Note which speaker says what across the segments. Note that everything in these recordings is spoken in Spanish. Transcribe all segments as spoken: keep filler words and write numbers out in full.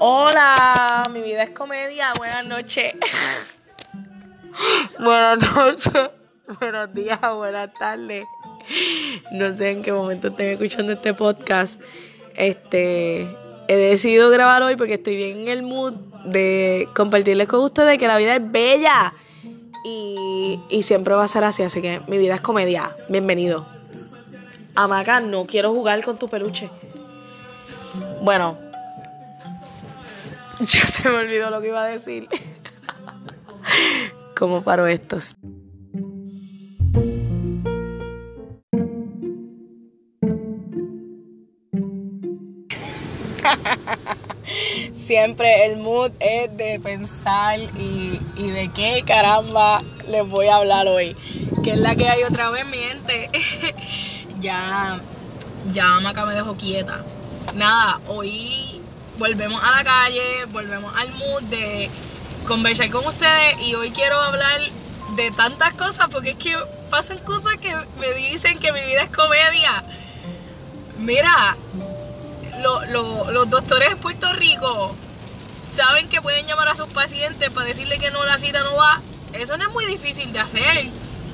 Speaker 1: Hola, mi vida es comedia. Buenas noches. Buenas noches. Buenos días, buenas tardes. No sé en qué momento estén escuchando este podcast. Este, he decidido grabar hoy porque estoy bien en el mood de compartirles con ustedes que la vida es bella. Y, y siempre va a ser así, así que mi vida es comedia. Bienvenido. Amaca, no quiero jugar con tu peluche. Bueno, ya se me olvidó lo que iba a decir. ¿Cómo paro estos? Siempre el mood es de pensar y, y de qué caramba les voy a hablar hoy. Que es la que hay otra vez, mi gente. ya, ya Maca me dejó quieta. Nada, hoy volvemos a la calle, volvemos al mood de conversar con ustedes y hoy quiero hablar de tantas cosas porque es que pasan cosas que me dicen que mi vida es comedia. Mira, lo, lo, los doctores en Puerto Rico saben que pueden llamar a sus pacientes para decirle que no, la cita no va. Eso no es muy difícil de hacer.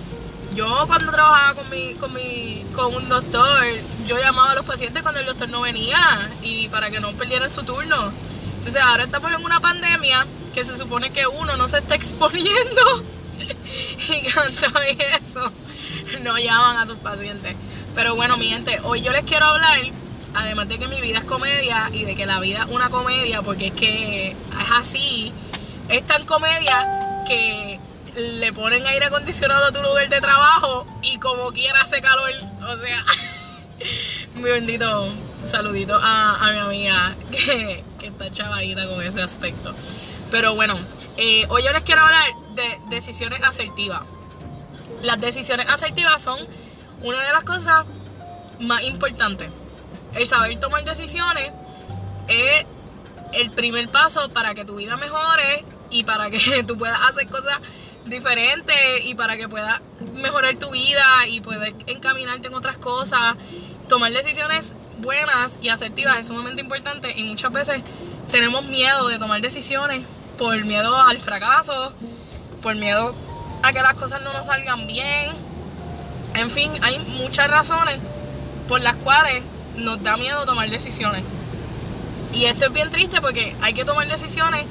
Speaker 1: Yo cuando trabajaba con mi, con mi, con un doctor, yo llamaba a los pacientes cuando el doctor no venía y para que no perdieran su turno. Entonces ahora estamos en una pandemia que se supone que uno no se está exponiendo y cantando eso, no llaman a sus pacientes. Pero bueno, mi gente, hoy yo les quiero hablar, además de que mi vida es comedia y de que la vida es una comedia, porque es que es así, es tan comedia que le ponen aire acondicionado a tu lugar de trabajo y como quiera hace calor. O sea, mi bendito saludito a, a mi amiga que, que está chavadita con ese aspecto. Pero bueno, eh, hoy yo les quiero hablar de decisiones asertivas. Las decisiones asertivas son una de las cosas más importantes. El saber tomar decisiones es el primer paso para que tu vida mejore y para que tú puedas hacer cosas diferentes y para que puedas mejorar tu vida y poder encaminarte en otras cosas. Tomar decisiones buenas y asertivas es sumamente importante y muchas veces tenemos miedo de tomar decisiones por miedo al fracaso, por miedo a que las cosas no nos salgan bien. En fin, hay muchas razones por las cuales nos da miedo tomar decisiones. Y esto es bien triste porque hay que tomar decisiones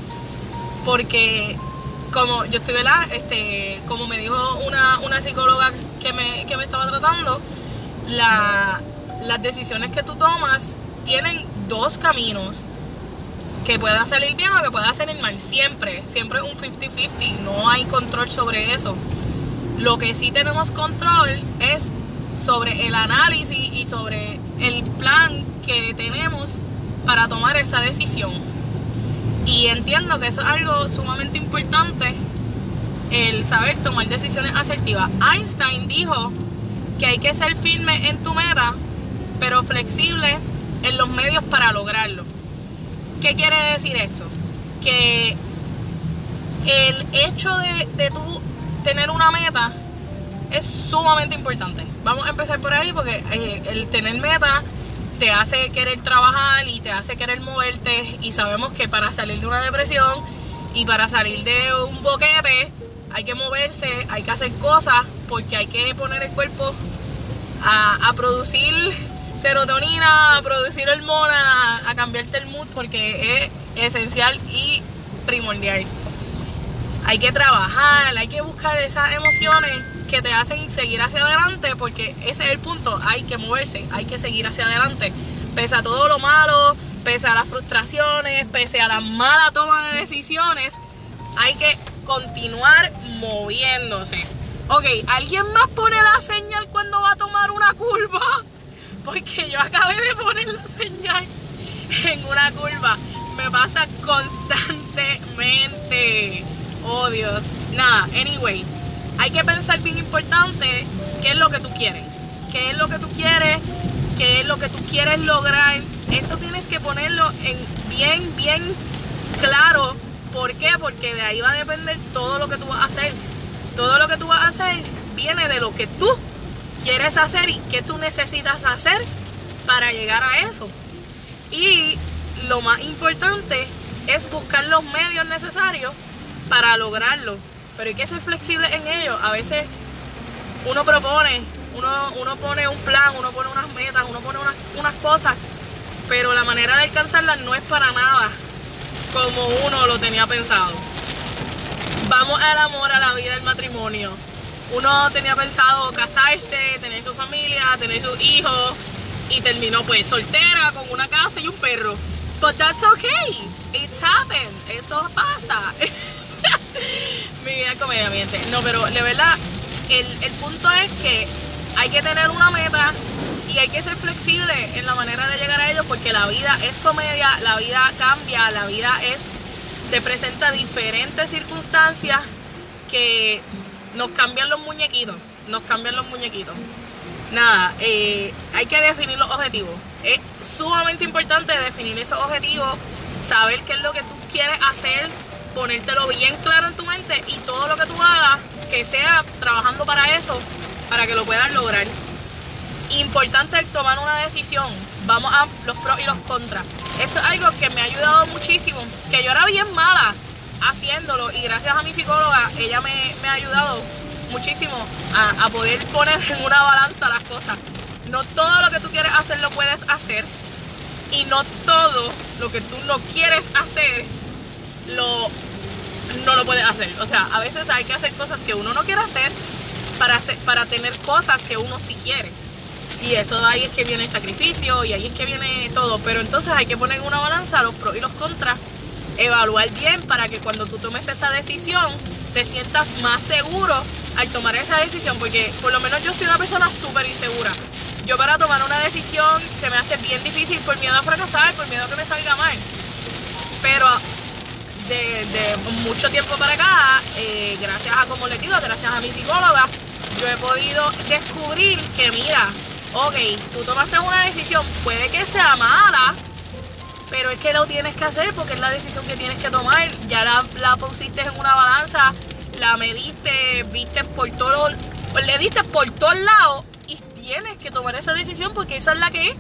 Speaker 1: porque, como yo estoy, ¿verdad? Este, como me dijo una, una psicóloga que me, que me estaba tratando, la, las decisiones que tú tomas tienen dos caminos, que pueda salir bien o que pueda salir mal. Siempre, siempre es un cincuenta cincuenta, no hay control sobre eso. Lo que sí tenemos control es sobre el análisis y sobre el plan que tenemos para tomar esa decisión. Y entiendo que eso es algo sumamente importante, el saber tomar decisiones asertivas. Einstein dijo que hay que ser firme en tu meta, pero flexible en los medios para lograrlo. ¿Qué quiere decir esto? Que el hecho de, de tú tener una meta es sumamente importante. Vamos a empezar por ahí porque eh, el tener meta te hace querer trabajar y te hace querer moverte, y sabemos que para salir de una depresión y para salir de un boquete hay que moverse, hay que hacer cosas porque hay que poner el cuerpo a, a producir serotonina, a producir hormonas, a, a cambiarte el mood porque es esencial y primordial. Hay que trabajar, hay que buscar esas emociones que te hacen seguir hacia adelante, porque ese es el punto, hay que moverse, hay que seguir hacia adelante, pese a todo lo malo, pese a las frustraciones, pese a la mala toma de decisiones, hay que continuar moviéndose. Ok, ¿alguien más pone la señal cuando va a tomar una curva? Porque yo acabé de poner la señal en una curva, me pasa constantemente. Oh Dios. Nada, anyway, hay que pensar bien importante qué es lo que tú quieres, qué es lo que tú quieres, qué es lo que tú quieres lograr. Eso tienes que ponerlo en bien, bien claro. ¿Por qué? Porque de ahí va a depender todo lo que tú vas a hacer. Todo lo que tú vas a hacer viene de lo que tú quieres hacer y qué tú necesitas hacer para llegar a eso. Y lo más importante es buscar los medios necesarios para lograrlo, pero hay que ser flexible en ello. A veces uno propone, uno, uno pone un plan, uno pone unas metas, uno pone unas, unas cosas, pero la manera de alcanzarlas no es para nada como uno lo tenía pensado. Vamos al amor, a la vida, al matrimonio. Uno tenía pensado casarse, tener su familia, tener sus hijos, y terminó pues soltera, con una casa y un perro. But that's okay, it's happened, eso pasa. Mi vida es comedia, miente. No, pero de verdad, el, el punto es que hay que tener una meta y hay que ser flexible en la manera de llegar a ello, porque la vida es comedia, la vida cambia, la vida es, te presenta diferentes circunstancias que nos cambian los muñequitos, nos cambian los muñequitos. Nada, eh, hay que definir los objetivos. Es sumamente importante definir esos objetivos, saber qué es lo que tú quieres hacer, ponértelo bien claro en tu mente, y todo lo que tú hagas, que sea trabajando para eso, para que lo puedas lograr. Importante tomar una decisión. Vamos a los pros y los contras. Esto es algo que me ha ayudado muchísimo, que yo era bien mala haciéndolo, y gracias a mi psicóloga, ella me, me ha ayudado muchísimo a, a poder poner en una balanza las cosas. No todo lo que tú quieres hacer lo puedes hacer, y no todo lo que tú no quieres hacer lo, no lo puedes hacer. O sea, a veces hay que hacer cosas que uno no quiere hacer para, hacer, para tener cosas que uno sí quiere. Y eso, ahí es que viene el sacrificio, y ahí es que viene todo. Pero entonces hay que poner en una balanza los pros y los contras, evaluar bien para que cuando tú tomes esa decisión te sientas más seguro al tomar esa decisión, porque por lo menos yo soy una persona súper insegura. Yo, para tomar una decisión, se me hace bien difícil por miedo a fracasar, por miedo a que me salga mal. Pero de, de mucho tiempo para acá, eh, gracias a, como les digo, gracias a mi psicóloga, yo he podido descubrir que, mira, ok, tú tomaste una decisión, puede que sea mala, pero es que lo tienes que hacer porque es la decisión que tienes que tomar. Ya la, la pusiste en una balanza, la mediste, viste por todos, le diste por todos lados, y tienes que tomar esa decisión porque esa es la que es.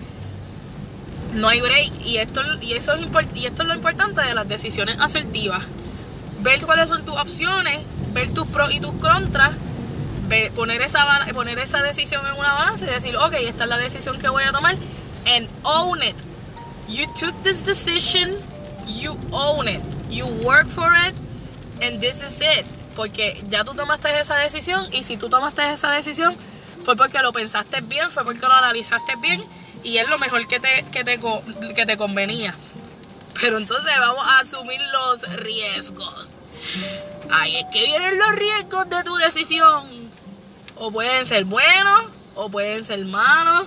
Speaker 1: No hay break. Y esto, y eso es import, y esto es lo importante de las decisiones asertivas. Ver cuáles son tus opciones, ver tus pros y tus contras, ver, poner, esa, poner esa decisión en una balanza y decir, ok, esta es la decisión que voy a tomar, and own it. You took this decision, you own it, you work for it, and this is it. Porque ya tú tomaste esa decisión, y si tú tomaste esa decisión fue porque lo pensaste bien, fue porque lo analizaste bien, y es lo mejor que te, que te, que te convenía. Pero entonces vamos a asumir los riesgos. Ahí es que vienen los riesgos de tu decisión. O pueden ser buenos, o pueden ser malos.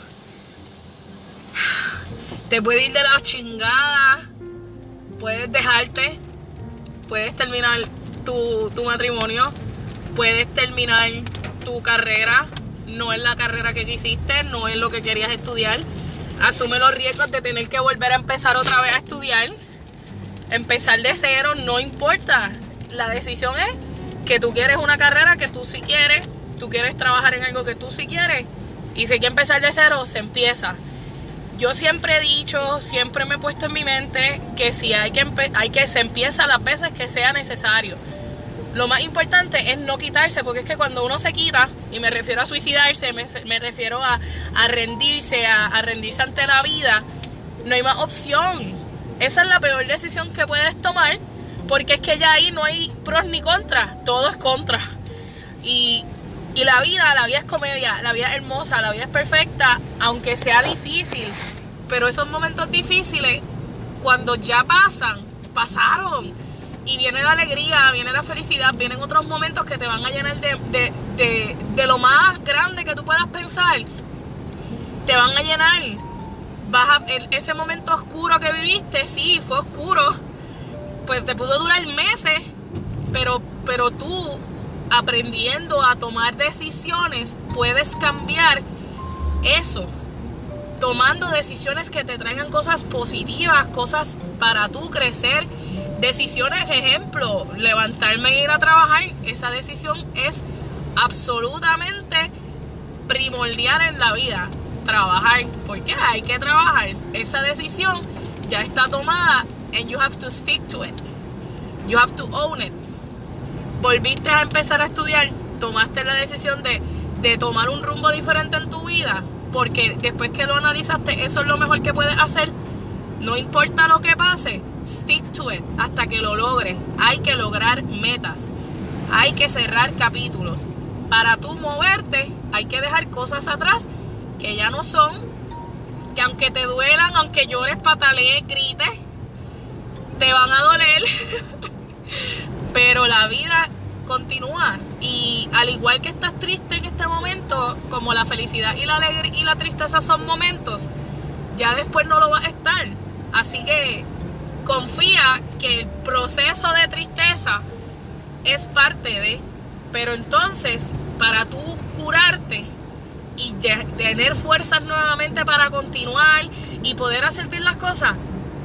Speaker 1: Te puede ir de la chingada, puedes dejarte, puedes terminar tu, tu matrimonio, puedes terminar tu carrera, no es la carrera que quisiste, no es lo que querías estudiar. Asume los riesgos de tener que volver a empezar otra vez a estudiar, empezar de cero, no importa. La decisión es que tú quieres una carrera que tú sí quieres, tú quieres trabajar en algo que tú sí quieres, y si hay que empezar de cero, se empieza. Yo siempre he dicho, siempre me he puesto en mi mente que si hay que, hay que se empieza las veces que sea necesario. Lo más importante es no quitarse, porque es que cuando uno se quita, y me refiero a suicidarse, me, me refiero a, a rendirse, a, a rendirse ante la vida, no hay más opción. Esa es la peor decisión que puedes tomar, porque es que ya ahí no hay pros ni contras, todo es contra. Y, y la vida, la vida es comedia, la vida es hermosa, la vida es perfecta, aunque sea difícil. Pero esos momentos difíciles, cuando ya pasan, pasaron. Y viene la alegría, viene la felicidad, vienen otros momentos que te van a llenar de, de, de, de lo más grande que tú puedas pensar. Te van a llenar. Vas a, el, ese momento oscuro que viviste, sí, fue oscuro. Pues te pudo durar meses, pero, pero tú, aprendiendo a tomar decisiones, puedes cambiar eso. Tomando decisiones que te traigan cosas positivas, cosas para tú crecer. Decisiones, ejemplo, levantarme e ir a trabajar, esa decisión es absolutamente primordial en la vida. Trabajar, porque hay que trabajar. Esa decisión ya está tomada and you have to stick to it. You have to own it. Volviste a empezar a estudiar, tomaste la decisión de, de tomar un rumbo diferente en tu vida, porque después que lo analizaste, eso es lo mejor que puedes hacer. No importa lo que pase, stick to it hasta que lo logres. Hay que lograr metas, hay que cerrar capítulos. Para tú moverte, hay que dejar cosas atrás que ya no son, que aunque te duelan, aunque llores, patalees, grites, te van a doler, pero la vida continúa. Y al igual que estás triste en este momento, como la felicidad y la alegría y la tristeza son momentos, ya después no lo vas a estar. Así que confía que el proceso de tristeza es parte de, pero entonces para tú curarte y tener fuerzas nuevamente para continuar y poder hacer bien las cosas,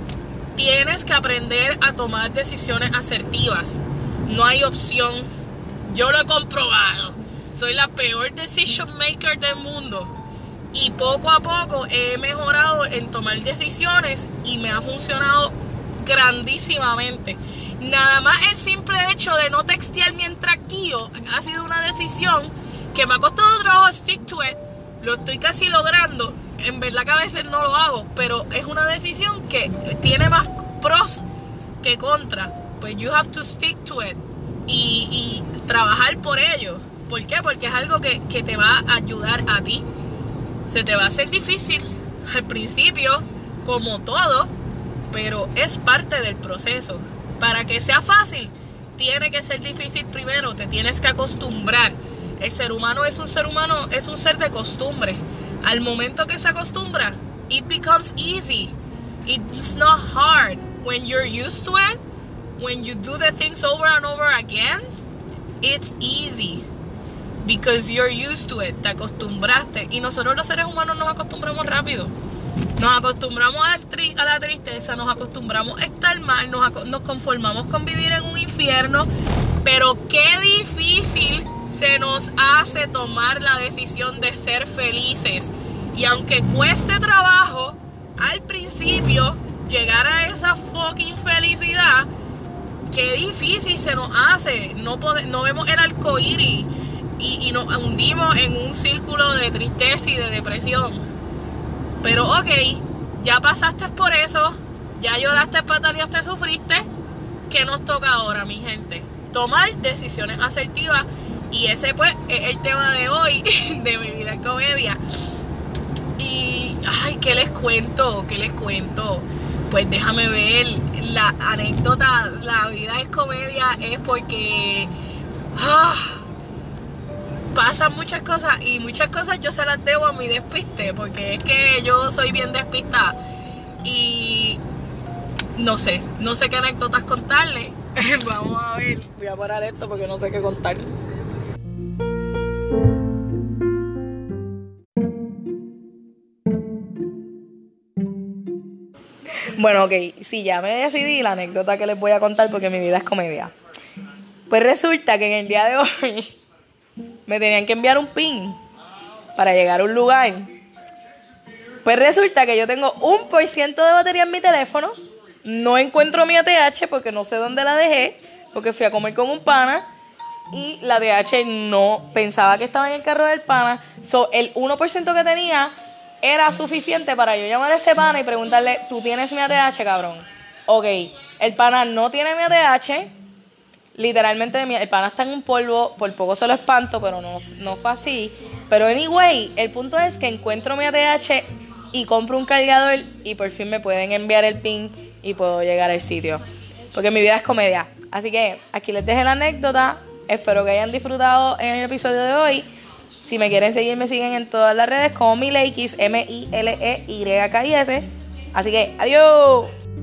Speaker 1: tienes que aprender a tomar decisiones asertivas. No hay opción. Yo lo he comprobado. Soy la peor decision maker del mundo. Y poco a poco he mejorado en tomar decisiones y me ha funcionado grandísimamente. Nada más el simple hecho de no textear mientras guío ha sido una decisión que me ha costado trabajo stick to it. Lo estoy casi logrando. En verdad que a veces no lo hago, pero es una decisión que tiene más pros que contra. Pues you have to stick to it y, y trabajar por ello. ¿Por qué? Porque es algo que, que te va a ayudar a ti. Se te va a hacer difícil al principio, como todo, pero es parte del proceso. Para que sea fácil, tiene que ser difícil primero. Te tienes que acostumbrar. El ser humano es un ser humano, es un ser de costumbre. Al momento que se acostumbra, it becomes easy. It's not hard. When you're used to it, when you do the things over and over again, it's easy. Because you're used to it. Te acostumbraste. Y nosotros los seres humanos nos acostumbramos rápido. Nos acostumbramos a la, tri- a la tristeza, nos acostumbramos a estar mal, nos, ac- nos conformamos con vivir en un infierno. Pero qué difícil se nos hace tomar la decisión de ser felices. Y aunque cueste trabajo al principio llegar a esa fucking felicidad, qué difícil se nos hace. No, pode- no vemos el arcoíris y, y nos hundimos en un círculo de tristeza y de depresión. Pero ok, ya pasaste por eso, ya lloraste, pataleaste, sufriste. ¿Qué nos toca ahora, mi gente? Tomar decisiones asertivas. Y ese pues es el tema de hoy de Mi Vida en Comedia. Y ay, ¿qué les cuento? ¿Qué les cuento? Pues déjame ver. La anécdota, La Vida en Comedia, es porque ah, pasan muchas cosas. Y muchas cosas yo se las debo a mi despiste, porque es que yo soy bien despistada. Y no sé, no sé qué anécdotas contarles. Vamos a ver, voy a parar esto porque no sé qué contar. Bueno, ok, sí, ya me decidí la anécdota que les voy a contar porque Mi Vida es Comedia. Pues resulta que en el día de hoy me tenían que enviar un pin para llegar a un lugar. Pues resulta que yo tengo un por ciento de batería en mi teléfono. No encuentro mi A T H porque no sé dónde la dejé, porque fui a comer con un pana y la A T H no, pensaba que estaba en el carro del pana. So, el uno por ciento que tenía era suficiente para yo llamar a ese pana y preguntarle, ¿tú tienes mi A T H, cabrón? Ok, el pana no tiene mi A T H. Literalmente el pana está en un polvo. Por poco se lo espanto, pero no, no fue así. Pero anyway, el punto es que encuentro mi A T H y compro un cargador y por fin me pueden enviar el pin y puedo llegar al sitio. Porque Mi Vida es Comedia. Así que aquí les dejé la anécdota. Espero que hayan disfrutado en el episodio de hoy. Si me quieren seguir, me siguen en todas las redes como Mileikis, M I L E Y K I S. Así que, adiós.